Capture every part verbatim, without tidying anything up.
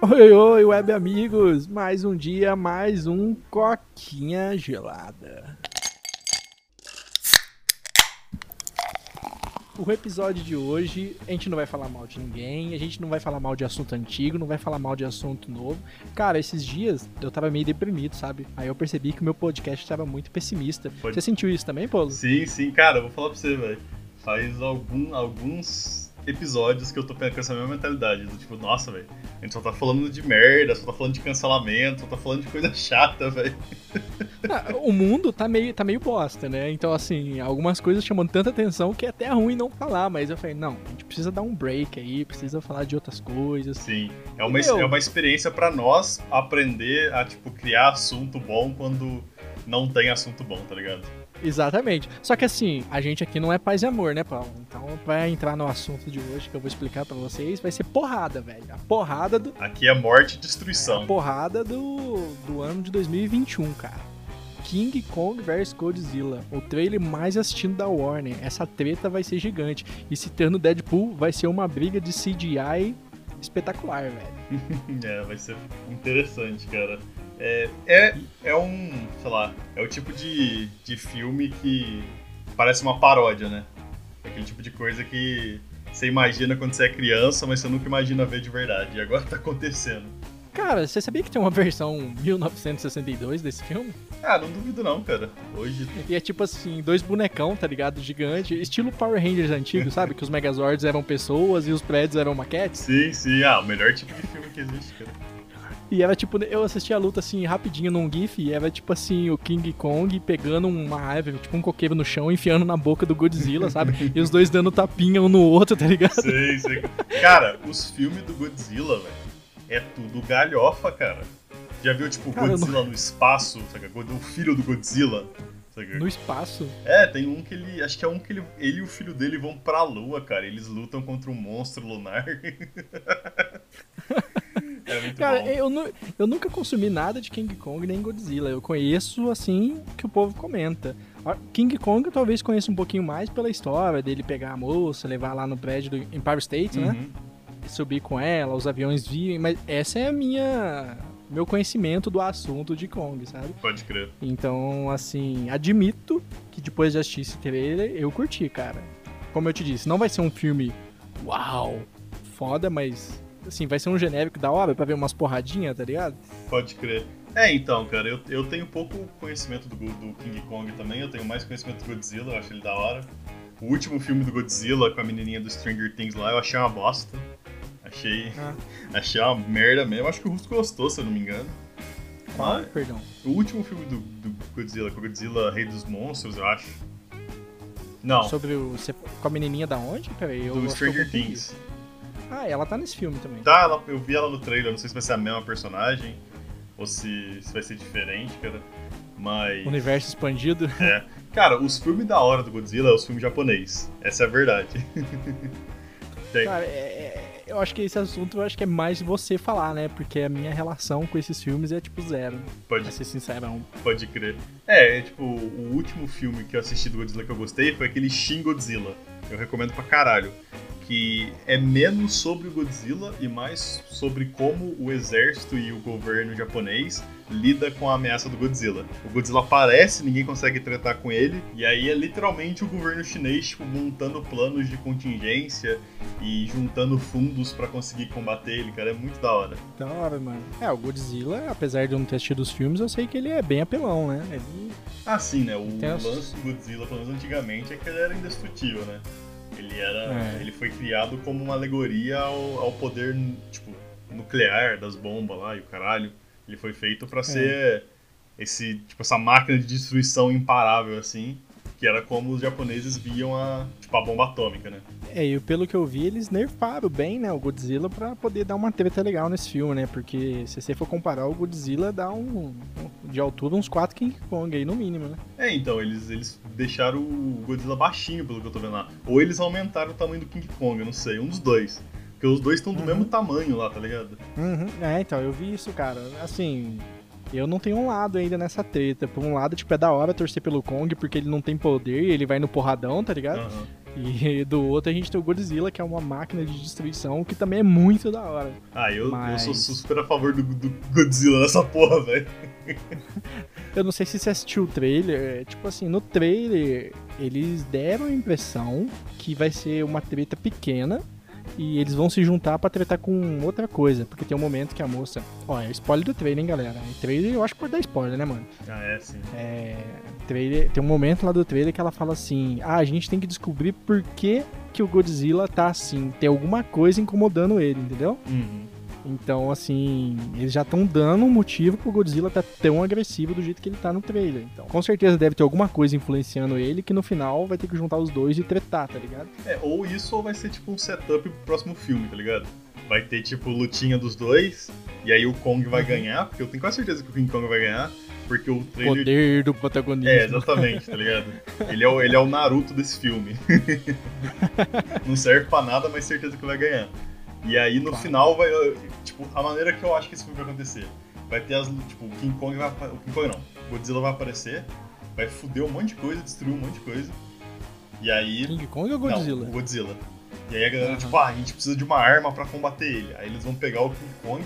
Oi, oi, web amigos! Mais um dia, mais um Coquinha Gelada. O episódio de hoje, a gente não vai falar mal de ninguém, a gente não vai falar mal de assunto antigo, não vai falar mal de assunto novo. Cara, esses dias eu tava meio deprimido, sabe? Aí eu percebi que o meu podcast tava muito pessimista. Pode. Você sentiu isso também, Paulo? Sim, sim, cara, eu vou falar pra você, velho. Faz algum, alguns episódios que eu tô com essa mesma mentalidade. Do tipo, nossa, velho, a gente só tá falando de merda, só tá falando de cancelamento, só tá falando de coisa chata, velho. Ah, o mundo tá meio, tá meio bosta, né? Então, assim, algumas coisas chamam tanta atenção que é até ruim não falar, mas eu falei, não, a gente precisa dar um break aí, precisa falar de outras coisas. Sim, é uma, Meu, é uma experiência pra nós aprender a, tipo, criar assunto bom quando não tem assunto bom, tá ligado? exatamente. Só que assim, a gente aqui não é paz e amor, né, Paulo? Então, pra entrar no assunto de hoje que eu vou explicar pra vocês, vai ser porrada, velho. A porrada do... Aqui é morte e É, destruição. a porrada do, do ano de dois mil e vinte e um, cara. King Kong versus Godzilla, o trailer mais assistido da Warner. Essa treta vai ser gigante. E citando Deadpool, vai ser uma briga de C G I espetacular, velho. É, vai ser interessante, cara. É, é, é um, sei lá, é o tipo de, de filme que parece uma paródia, né? É aquele tipo de coisa que você imagina quando você é criança, mas você nunca imagina ver de verdade. E agora tá acontecendo. Cara, você sabia que tem uma versão mil novecentos e sessenta e dois desse filme? Ah, não duvido não, cara. Hoje... E é tipo assim, dois bonecão, tá ligado? Gigante, estilo Power Rangers antigo, sabe? Que os Megazords eram pessoas e os prédios eram maquetes. Sim, sim. Ah, o melhor tipo de filme que existe, cara. E era tipo, eu assisti a luta assim, rapidinho num GIF, e era tipo assim, o King Kong pegando uma árvore, tipo um coqueiro no chão, enfiando na boca do Godzilla, sabe? E os dois dando tapinha um no outro, tá ligado? Sei, sei. Cara, os filmes do Godzilla, velho, é tudo galhofa, cara. Já viu, tipo, Cara, Godzilla não... no espaço, sabe? O filho do Godzilla. Sabe? No espaço? É, tem um que ele. Acho que é um que ele, ele e o filho dele vão pra lua, cara. Eles lutam contra um monstro lunar. É muito Cara, bom. eu, nu- eu nunca consumi nada de King Kong nem Godzilla. Eu conheço, assim, o que o povo comenta. A- King Kong eu talvez conheça um pouquinho mais pela história dele pegar a moça, levar lá no prédio do Empire State, né? Uhum. Subir com ela, os aviões virem, mas essa é a minha... meu conhecimento do assunto de Kong, sabe? Pode crer. Então, assim, admito que depois de assistir esse trailer, eu curti, cara. Como eu te disse, não vai ser um filme uau, foda, mas, assim, vai ser um genérico da hora pra ver umas porradinhas, tá ligado? Pode crer. É, então, cara, eu, eu tenho pouco conhecimento do, do King Kong também. Eu tenho mais conhecimento do Godzilla, eu acho ele da hora. O último filme do Godzilla com a menininha do Stranger Things lá, eu achei uma bosta. Achei, Ah, achei uma merda mesmo. Acho que o Russo gostou, se eu não me engano. qual? Mas Perdão. o último filme do, do Godzilla, com o Godzilla Rei dos Monstros, eu acho. Não, Sobre o... você- com a menininha da onde? Peraí, eu do acho que eu Stranger confundi. Things. Ah, ela tá nesse filme também. Tá, ela- eu vi ela no trailer, não sei se vai ser a mesma personagem ou se, se vai ser diferente, cara. Mas. Universo expandido. É. Cara, os filmes da hora do Godzilla é os filmes japonês. Essa é a verdade. Tem. Cara, é- é- eu acho que esse assunto eu acho que é mais você falar, né? Porque a minha relação com esses filmes é tipo zero. Pode, Pra ser sincerão. pode crer. É, é, tipo, o último filme que eu assisti do Godzilla que eu gostei foi aquele Shin Godzilla. Eu recomendo pra caralho. Que é menos sobre o Godzilla e mais sobre como o exército e o governo japonês lida com a ameaça do Godzilla. O Godzilla aparece, ninguém consegue tratar com ele, e aí é literalmente o governo chinês tipo, montando planos de contingência e juntando fundos pra conseguir combater ele, cara. É muito da hora. Da hora, mano. É, o Godzilla, apesar de eu não ter assistido os filmes, eu sei que ele é bem apelão, né? Ele... Ah, sim, né? O Tem as- lance do Godzilla, pelo menos antigamente, é que ele era indestrutível, né? Ele era. É. Ele foi criado como uma alegoria ao, ao poder, tipo, nuclear das bombas lá e o caralho. Ele foi feito pra ser esse, tipo, essa máquina de destruição imparável, assim, que era como os japoneses viam a, tipo, a bomba atômica, né? É, e pelo que eu vi, eles nerfaram bem, né, o Godzilla pra poder dar uma treta legal nesse filme, né? Porque se você for comparar, o Godzilla dá um, um- de altura uns quatro King Kong aí, no mínimo, né? É, então, eles, eles deixaram o Godzilla baixinho, pelo que eu tô vendo lá. Ou eles aumentaram o tamanho do King Kong, eu não sei, um dos dois. Porque os dois estão do Uhum. mesmo tamanho lá, tá ligado? Uhum. É, então, eu vi isso, cara. Assim, eu não tenho um lado ainda nessa treta. Por um lado, tipo, é da hora torcer pelo Kong, porque ele não tem poder e ele vai no porradão, tá ligado? Aham. E do outro a gente tem o Godzilla, que é uma máquina de destruição, que também é muito da hora. Ah, eu, Mas... eu sou super a favor do, do Godzilla nessa porra, velho. Eu não sei se você assistiu o trailer, tipo assim, no trailer eles deram a impressão que vai ser uma treta pequena e eles vão se juntar pra tretar com outra coisa, porque tem um momento que a moça... Ó, é spoiler do trailer, hein, galera? E trailer eu acho que pode dar spoiler, né, mano? Ah, é, sim. É... Trailer... Tem um momento lá do trailer que ela fala assim, ah, a gente tem que descobrir por que que o Godzilla tá assim, tem alguma coisa incomodando ele, entendeu? Uhum. Então, assim, eles já estão dando um motivo pro Godzilla tá tão agressivo do jeito que ele tá no trailer. Então, com certeza deve ter alguma coisa influenciando ele que no final vai ter que juntar os dois e tretar, tá ligado? É, ou isso ou vai ser tipo um setup pro próximo filme, tá ligado? Vai ter tipo lutinha dos dois, e aí o Kong vai uhum. ganhar, porque eu tenho quase certeza que o King Kong vai ganhar, porque o trailer... Poder do protagonismo. É, exatamente, tá ligado? Ele é o, ele é o Naruto desse filme. Não serve pra nada, mas certeza que vai ganhar. E aí no claro. final vai. Tipo, a maneira que eu acho que isso vai acontecer. Vai ter as. Tipo, o King Kong vai. O King Kong não. O Godzilla vai aparecer, vai foder um monte de coisa, destruir um monte de coisa. E aí. King Kong ou Godzilla? Não, o Godzilla. E aí a galera, uhum. tipo, ah, a gente precisa de uma arma pra combater ele. Aí eles vão pegar o King Kong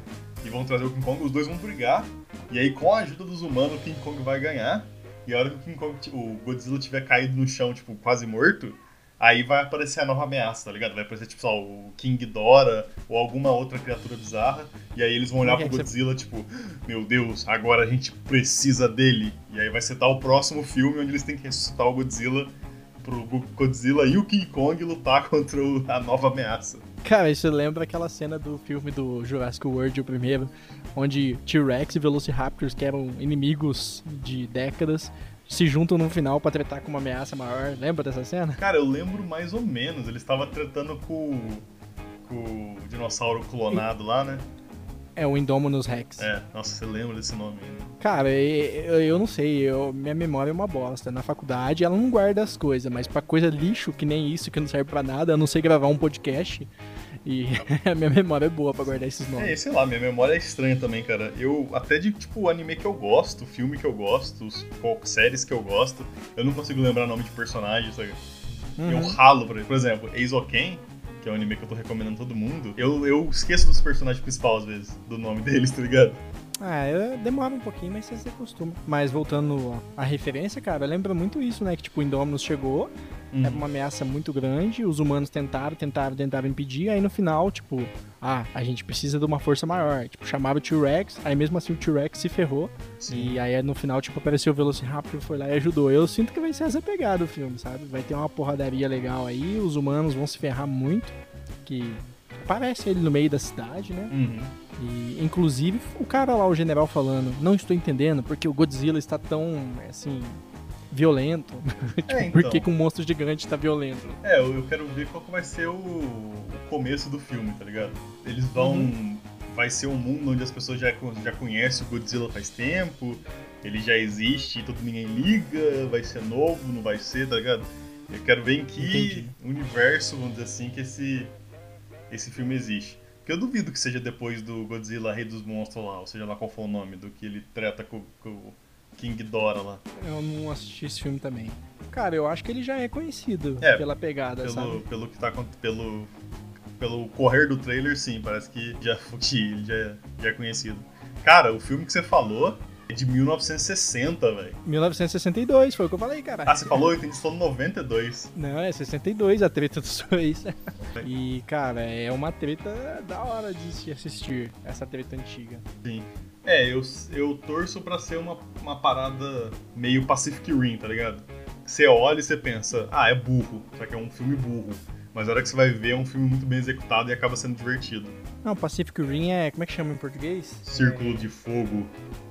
e vão trazer o King Kong, os dois vão brigar. E aí, com a ajuda dos humanos, o King Kong vai ganhar. E a hora que o King Kong, o Godzilla tiver caído no chão, tipo, quase morto. Aí vai aparecer a nova ameaça, tá ligado? Vai aparecer, tipo, só o King Ghidorah ou alguma outra criatura bizarra. E aí eles vão olhar pro Godzilla, tipo, meu Deus, agora a gente precisa dele. E aí vai setar o próximo filme onde eles têm que ressuscitar o Godzilla pro Godzilla e o King Kong lutar contra a nova ameaça. Cara, isso lembra aquela cena do filme do Jurassic World, o primeiro, onde T-Rex e Velociraptors, que eram inimigos de décadas, se juntam no final pra tretar com uma ameaça maior. Lembra dessa cena? Cara, eu lembro mais ou menos. Ele estava tretando com, com o dinossauro clonado e... lá, né? É, o Indominus Rex. É, nossa, você lembra desse nome ainda. Cara, eu, eu não sei, eu, minha memória é uma bosta. Na faculdade ela não guarda as coisas, mas pra coisa lixo, que nem isso, que não serve pra nada, a não ser gravar um podcast. E a minha memória é boa pra guardar esses nomes. É, sei lá, minha memória é estranha também, cara. Eu, até de, tipo, anime que eu gosto, filme que eu gosto, séries que eu gosto, eu não consigo lembrar nome de personagem, sabe? Uhum. Eu ralo, por exemplo, Eizouken, que é um anime que eu tô recomendando todo mundo, eu, eu esqueço dos personagens principais, às vezes, do nome deles, tá ligado? Ah, eu, demora um pouquinho, mas você se acostuma. Mas voltando à referência, cara, lembra muito isso, né? Que, tipo, o Indominus chegou, uhum. era uma ameaça muito grande, os humanos tentaram, tentaram, tentaram impedir, aí no final, tipo, ah, a gente precisa de uma força maior. Tipo, chamava o T-Rex, aí mesmo assim o T-Rex se ferrou, sim. E aí no final, tipo, apareceu o Velociraptor, foi lá e ajudou. Eu sinto que vai ser essa pegada o filme, sabe? Vai ter uma porradaria legal aí, os humanos vão se ferrar muito, que aparece ele no meio da cidade, né? Uhum. E, inclusive, o cara lá, o general, falando, não estou entendendo porque o Godzilla está tão, assim, violento. tipo, é, então. Por que, que um monstro gigante está violento? É, eu quero ver qual que vai ser o, o começo do filme, tá ligado? Eles vão... Uhum. Vai ser um mundo onde as pessoas já, já conhecem o Godzilla faz tempo, ele já existe e todo ninguém liga, vai ser novo, não vai ser, tá ligado? Eu quero ver em que Entendi. universo, vamos dizer assim, que esse, esse filme existe. Porque eu duvido que seja depois do Godzilla Rei dos Monstros lá, ou seja lá qual for o nome, do que ele treta com, com o King Ghidorah lá. Eu não assisti esse filme também. Cara, eu acho que ele já é conhecido é, pela pegada, pelo, sabe? Pelo que tá pelo pelo correr do trailer, sim, parece que já, ele já, já é conhecido. Cara, o filme que você falou é de mil novecentos e sessenta, velho. mil novecentos e sessenta e dois, foi o que eu falei, cara. Ah, você falou? Eu entendi que você falou noventa e dois. Não, é sessenta e dois, a treta dos dois. E, cara, é uma treta da hora de se assistir, essa treta antiga. Sim. É, eu, eu torço pra ser uma, uma parada meio Pacific Rim, tá ligado? Você olha e você pensa, ah, é burro, só que é um filme burro. Mas a hora que você vai ver é um filme muito bem executado e acaba sendo divertido. Não, Pacific Rim é... Como é que chama em português? Círculo é... de Fogo.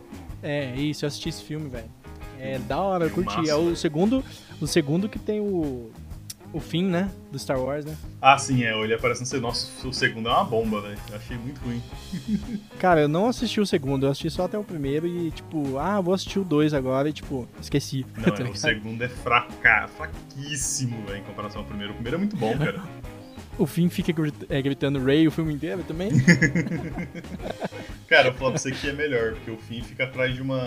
É, isso, eu assisti esse filme, velho. É da hora, eu curti. Massa, é o véio. segundo, o segundo que tem o... O fim, né? Do Star Wars, né? Ah, sim, é. Ele aparece no segundo. Nossa, o segundo é uma bomba, velho. Eu achei muito ruim. Cara, eu não assisti o segundo. Eu assisti só até o primeiro e, tipo... Ah, vou assistir o dois agora e, tipo... Esqueci. Não, tá é, o segundo é fraca, fraquíssimo, velho, em comparação ao primeiro. O primeiro é muito bom, cara. O fim fica gritando Ray o filme inteiro também? Cara, eu vou falar pra você que é melhor, porque o Finn fica atrás de uma,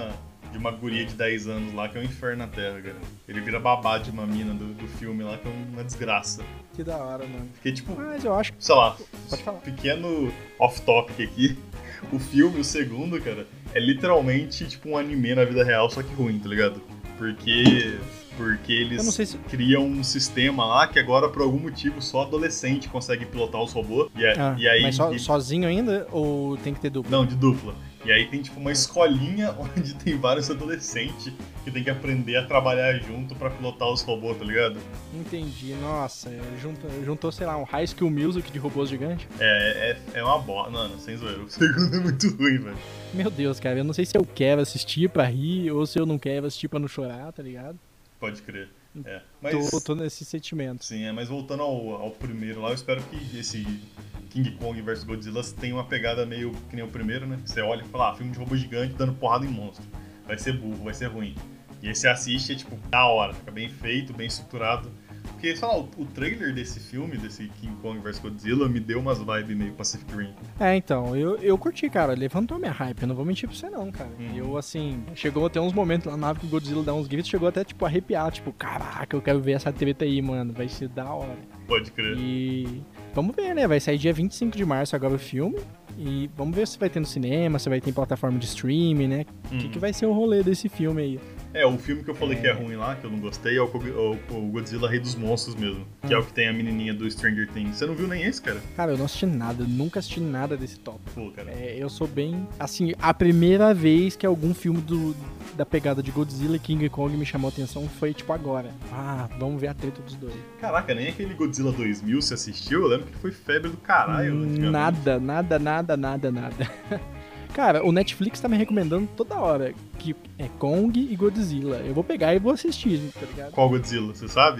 de uma guria de dez anos lá, que é um inferno na Terra, cara. Ele vira babá de uma mina do, do filme lá, que é uma desgraça. Que da hora, mano. Fiquei tipo, Mas eu acho que... sei lá, Pode falar. pequeno off-topic aqui. O filme, o segundo, cara, é literalmente tipo um anime na vida real, só que ruim, tá ligado? Porque... Porque eles se... criam um sistema lá que agora, por algum motivo, só adolescente consegue pilotar os robôs. E, é, ah, e aí, mas so, e... sozinho ainda ou tem que ter dupla? Não, de dupla. E aí tem tipo uma escolinha onde tem vários adolescentes que tem que aprender a trabalhar junto pra pilotar os robôs, tá ligado? Entendi. Nossa, juntou, juntou, sei lá, um High School Music de robôs gigantes? É, é, é uma bosta. Mano, sem zoeira. O segundo é muito ruim, velho. Meu Deus, cara, eu não sei se eu quero assistir pra rir ou se eu não quero assistir pra não chorar, tá ligado? Pode crer. É. Mas, tô, tô nesse sentimento. Sim, é, mas voltando ao, ao primeiro lá, eu espero que esse King Kong versus Godzilla tenha uma pegada meio que nem o primeiro, né? Você olha e fala, ah, filme de robô gigante dando porrada em monstro. Vai ser burro, vai ser ruim. E aí você assiste, é tipo, da hora, fica bem feito, bem estruturado. Porque, sei lá, o, o trailer desse filme, desse King Kong versus Godzilla, me deu umas vibes meio Pacific Rim. É, então, eu, eu curti, cara, levantou minha hype, eu não vou mentir pra você não, cara. Hum. Eu, assim, chegou até uns momentos lá na nave que o Godzilla dá uns gritos, chegou até, tipo, a arrepiar, tipo, caraca, eu quero ver essa treta aí, mano, vai ser da hora. Pode crer. E vamos ver, né, vai sair dia vinte e cinco de março agora o filme, e vamos ver se vai ter no cinema, se vai ter em plataforma de streaming, né, o hum. que, que vai ser o rolê desse filme aí. É, o filme que eu falei é... que é ruim lá, que eu não gostei, é o, o, o Godzilla Rei dos Monstros mesmo. Que hum. é o que tem a menininha do Stranger Things. Você não viu nem esse, cara? Cara, eu não assisti nada, eu nunca assisti nada desse top. Pô, cara. É, eu sou bem... Assim, a primeira vez que algum filme do, da pegada de Godzilla e King Kong me chamou a atenção foi, tipo, agora. Ah, vamos ver a treta dos dois. Caraca, nem aquele Godzilla dois mil você assistiu? Eu lembro que foi febre do caralho. Nada, nada, nada, nada, nada. Cara, o Netflix tá me recomendando toda hora que é Kong e Godzilla. Eu vou pegar e vou assistir, tá ligado? Qual Godzilla, você sabe?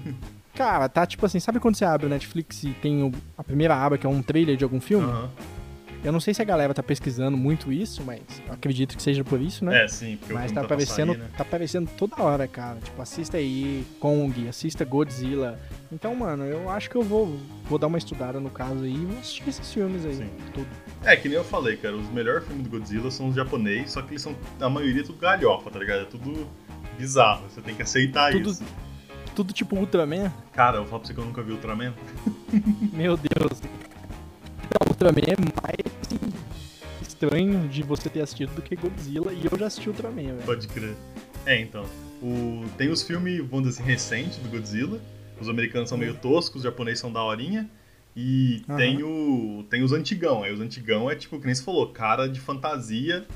Cara, tá tipo assim, sabe quando você abre o Netflix e tem o, a primeira aba que é um trailer de algum filme? Aham. Uhum. Eu não sei se a galera tá pesquisando muito isso, mas eu acredito que seja por isso, né? É, sim, porque mas o tá tá aparecendo, sair, né? tá aparecendo toda hora, cara. Tipo, assista aí Kong, assista Godzilla. Então, mano, eu acho que eu vou, vou dar uma estudada no caso aí e vou assistir esses filmes aí, sim. Tudo. É, que nem eu falei, cara, os melhores filmes do Godzilla são os japoneses, só que eles são, a maioria é tudo galhofa, tá ligado? É tudo bizarro, você tem que aceitar tudo, isso. Tudo tipo Ultraman? Cara, eu falo pra você que eu nunca vi Ultraman. Meu Deus. Não, Ultraman é mais assim, estranho de você ter assistido do que Godzilla, e eu já assisti Ultraman, velho. Pode crer. É, então, o... tem os filmes, vamos dizer assim, recentes do Godzilla, os americanos são meio toscos, os japoneses são daorinha, e uhum. tem, o... tem os antigão, aí os antigão é tipo, que nem você falou, cara de fantasia,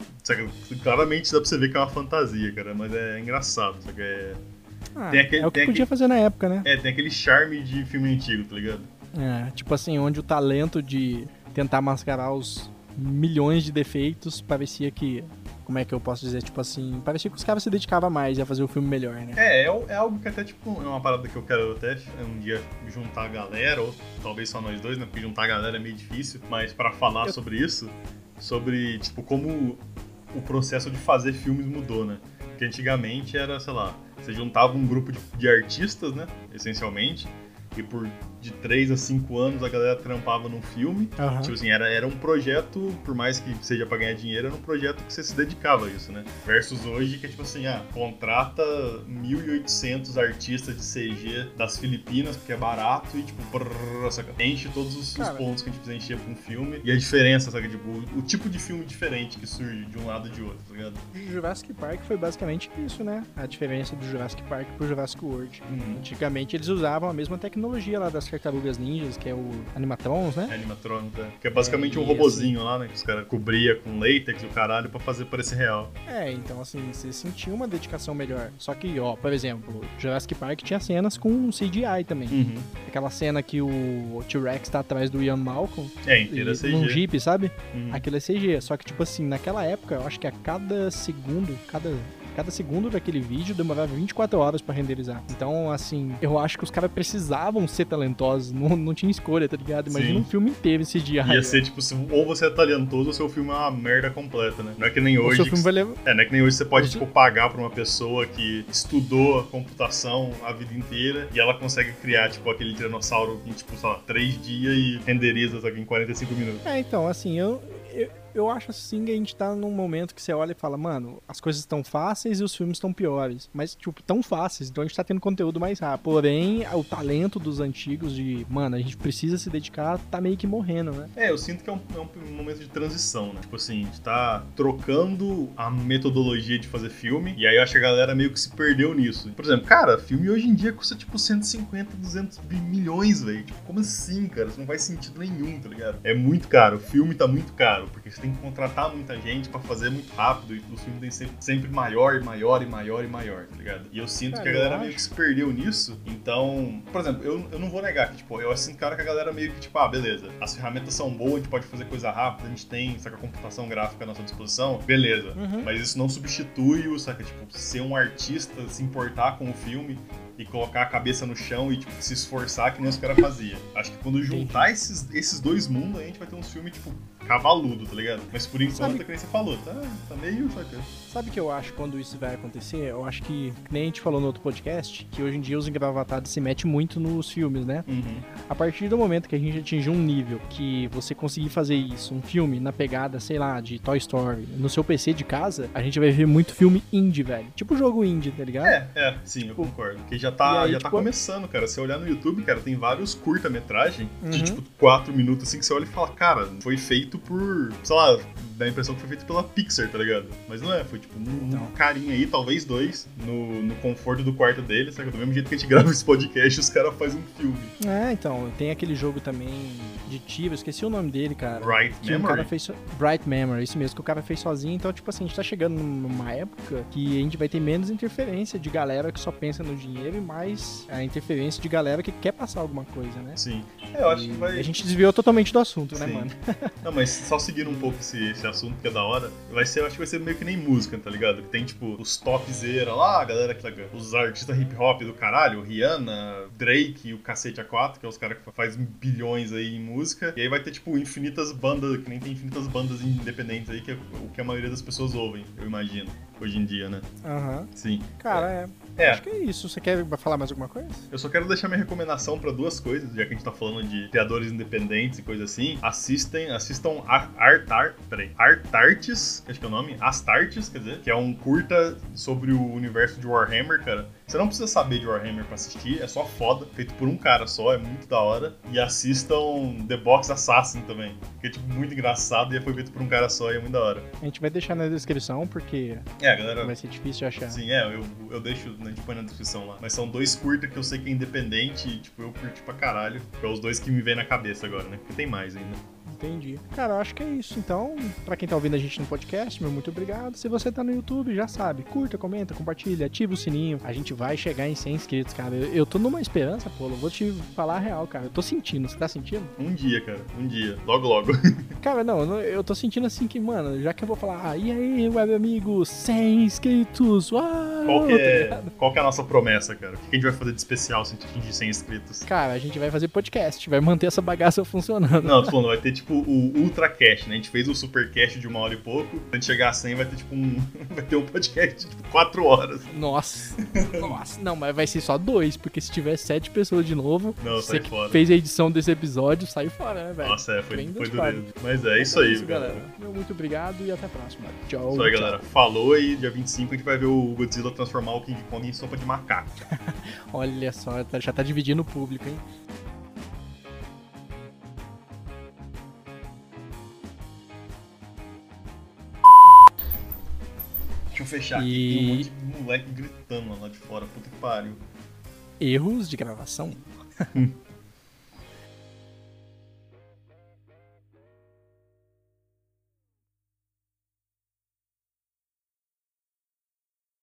claramente dá pra você ver que é uma fantasia, cara, mas é engraçado, só que é... Ah, tem aquele, é o que tem podia aquele... fazer na época, né? É, tem aquele charme de filme antigo, tá ligado? É, tipo assim, onde o talento de tentar mascarar os milhões de defeitos parecia que... Como é que eu posso dizer? Tipo assim, parecia que os caras se dedicavam mais a fazer o filme melhor, né? É, é, é algo que até, tipo, é uma parada que eu quero até um dia juntar a galera, ou talvez só nós dois, né? Porque juntar a galera é meio difícil, mas pra falar eu... sobre isso, sobre, tipo, como o processo de fazer filmes mudou, né? Porque antigamente era, sei lá, você juntava um grupo de, de artistas, né? Essencialmente, e por de três a cinco anos a galera trampava num filme. Uhum. Tipo assim, era, era um projeto, por mais que seja pra ganhar dinheiro, era um projeto que você se dedicava a isso, né? Versus hoje, que é tipo assim, ah, contrata mil e oitocentos artistas de C G das Filipinas, porque é barato, e tipo, brrr, saca? Enche todos os, os pontos que a gente precisa encher pra um filme. E a diferença, sabe? Tipo, o, o tipo de filme diferente que surge de um lado e de outro, tá ligado? O Jurassic Park foi basicamente isso, né? A diferença do Jurassic Park pro Jurassic World. Uhum. Antigamente eles usavam a mesma tecnologia lá das Tartarugas Ninjas, que é o Animatrons, né? É, Animatrons, é. Que é basicamente é, um robozinho assim, lá, né? Que os caras cobria com latex e o caralho pra fazer parecer real. É, então assim, você sentia uma dedicação melhor. Só que, ó, por exemplo, Jurassic Park tinha cenas com C G I também. Uhum. Aquela cena que o T-Rex tá atrás do Ian Malcolm. É, inteira C G. Num Jeep, sabe? Uhum. Aquilo é C G. Só que, tipo assim, naquela época, eu acho que a cada segundo, cada... Cada segundo daquele vídeo demorava vinte e quatro horas pra renderizar. Então, assim, eu acho que os caras precisavam ser talentosos. Não, não tinha escolha, tá ligado? Imagina Sim. um filme inteiro esse dia. Ia ser, tipo, ou você é talentoso ou seu filme é uma merda completa, né? Não é que nem hoje... O seu filme vai levar... É, não é que nem hoje você pode, você... tipo, pagar pra uma pessoa que estudou a computação a vida inteira e ela consegue criar, tipo, aquele tiranossauro em, tipo, sei lá, três dias e renderiza, sabe, em quarenta e cinco minutos. É, então, assim, eu... eu... Eu eu acho assim que a gente tá num momento que você olha e fala, mano, as coisas estão fáceis e os filmes estão piores. Mas, tipo, tão fáceis, então a gente tá tendo conteúdo mais rápido. Porém, o talento dos antigos de, mano, a gente precisa se dedicar, tá meio que morrendo, né? É, eu sinto que é um, é um momento de transição, né? Tipo assim, a gente tá trocando a metodologia de fazer filme, e aí eu acho que a galera meio que se perdeu nisso. Por exemplo, cara, filme hoje em dia custa tipo cento e cinquenta, duzentos milhões, velho. Tipo, como assim, cara? Isso não faz sentido nenhum, tá ligado? É muito caro, o filme tá muito caro, porque você tem que contratar muita gente pra fazer muito rápido, e o filme tem sempre, sempre maior e maior e maior e maior, tá ligado? E eu sinto Cara, que a galera eu meio que se perdeu nisso, então, por exemplo, eu, eu não vou negar que, tipo, eu sinto, cara, que a galera meio que, tipo, ah, beleza, as ferramentas são boas, a gente pode fazer coisa rápida, a gente tem, saca, a computação gráfica à nossa disposição, beleza, Uhum. mas isso não substitui o, saca, tipo, ser um artista, se importar com o filme e colocar a cabeça no chão e, tipo, se esforçar que nem os caras faziam. Acho que quando juntar esses, esses dois mundos, a gente vai ter uns filmes, tipo, cavaludo, tá ligado? Mas por enquanto, Sabe- é que nem você falou, tá, tá meio, saca? Sabe o que eu acho quando isso vai acontecer? Eu acho que, que nem a gente falou no outro podcast, que hoje em dia os engravatados se metem muito nos filmes, né? Uhum. A partir do momento que a gente atingir um nível que você conseguir fazer isso, um filme na pegada, sei lá, de Toy Story, no seu P C de casa, a gente vai ver muito filme indie, velho. Tipo jogo indie, tá ligado? É, é, sim, eu concordo. Porque já tá, E aí, já tá tipo- começando, cara. Se você olhar no YouTube, cara, tem vários curta-metragem de, Uhum. tipo, quatro minutos, assim, que você olha e fala, cara, foi feito por, sei lá, dá a impressão que foi feito pela Pixar, tá ligado? Mas não é, foi tipo um, Não. um carinha aí, talvez dois, no, no conforto do quarto dele, sabe? Do mesmo jeito que a gente grava esse podcast, os caras fazem um filme. É, então, tem aquele jogo também de tiro, eu esqueci o nome dele, cara. Bright Que um Memory. cara fez so... Bright Memory, isso mesmo, que o cara fez sozinho. Então, tipo assim, a gente tá chegando numa época que a gente vai ter menos interferência de galera que só pensa no dinheiro e mais a interferência de galera que quer passar alguma coisa, né? Sim. É, eu acho E que vai... a gente desviou totalmente do assunto, né, Sim. mano? Não, mas só seguindo um pouco esse, esse assunto que é da hora, vai ser, eu acho que vai ser meio que nem música, tá ligado? Que tem, tipo, os topzera lá, a galera que os artistas hip hop do caralho, Rihanna, Drake e o cacete A quatro, que é os caras que fazem bilhões aí em música. E aí vai ter, tipo, infinitas bandas, que nem tem infinitas bandas independentes aí, que é o que a maioria das pessoas ouvem, eu imagino, hoje em dia, né? Aham. Sim. Cara, é. É. Acho que é isso. Você quer falar mais alguma coisa? Eu só quero deixar minha recomendação pra duas coisas, já que a gente tá falando de criadores independentes e coisa assim. Assistem, assistam Ar- Artar, peraí, Artartes, acho que é o nome, Astartes, quer dizer, que é um curta sobre o universo de Warhammer, cara. Você não precisa saber de Warhammer pra assistir, é só foda, feito por um cara só, é muito da hora. E assistam The Box Assassin também, que é tipo muito engraçado e foi feito por um cara só e é muito da hora. A gente vai deixar na descrição, porque É, galera. vai ser difícil de achar. Sim, é, eu, eu deixo, a gente põe na descrição lá. Mas são dois curtas que eu sei que é independente e, tipo, eu curti pra caralho. Que é os dois que me vem na cabeça agora, né? Porque tem mais ainda. Entendi. Cara, eu acho que é isso. Então, pra quem tá ouvindo a gente no podcast, meu muito obrigado. Se você tá no YouTube, já sabe, curta, comenta, compartilha, ativa o sininho. A gente vai chegar em cem inscritos, cara. Eu, eu tô numa esperança, pô. Eu vou te falar a real, cara. Eu tô sentindo. Você tá sentindo? Um dia, cara. Um dia. Logo, logo. Cara, não, eu não- eu tô sentindo assim que, mano, já que eu vou falar, ah, e aí, web amigos, cem inscritos, uau! Qual que, tá é, ligado? qual que é a nossa promessa, cara? O que a gente vai fazer de especial se a gente atingir cem inscritos? Cara, a gente vai fazer podcast, vai manter essa bagaça funcionando. Não, tô falando, vai ter tipo o Ultra Cash, né? A gente fez o Super Cash de uma hora e pouco. Se a gente chegar a cem, vai ter tipo um. Vai ter um podcast de tipo quatro horas. Nossa, nossa, não, mas vai ser só dois, porque se tiver sete pessoas de novo, Não, você sai que fora. fez a edição desse episódio, saiu fora, né, velho? Nossa, é, foi, Bem foi dos dureza. quadros. Mas é isso aí, galera. Meu muito obrigado e até a próxima. Tchau. Isso aí, tchau. galera. Falou e dia vinte e cinco a gente vai ver o Godzilla transformar o King Kong em sopa de macaco. Olha só, tá- já tá dividindo o público, hein? Deixa eu fechar aqui. E- Tem um monte de moleque gritando lá de fora. Puta que pariu. Erros de gravação.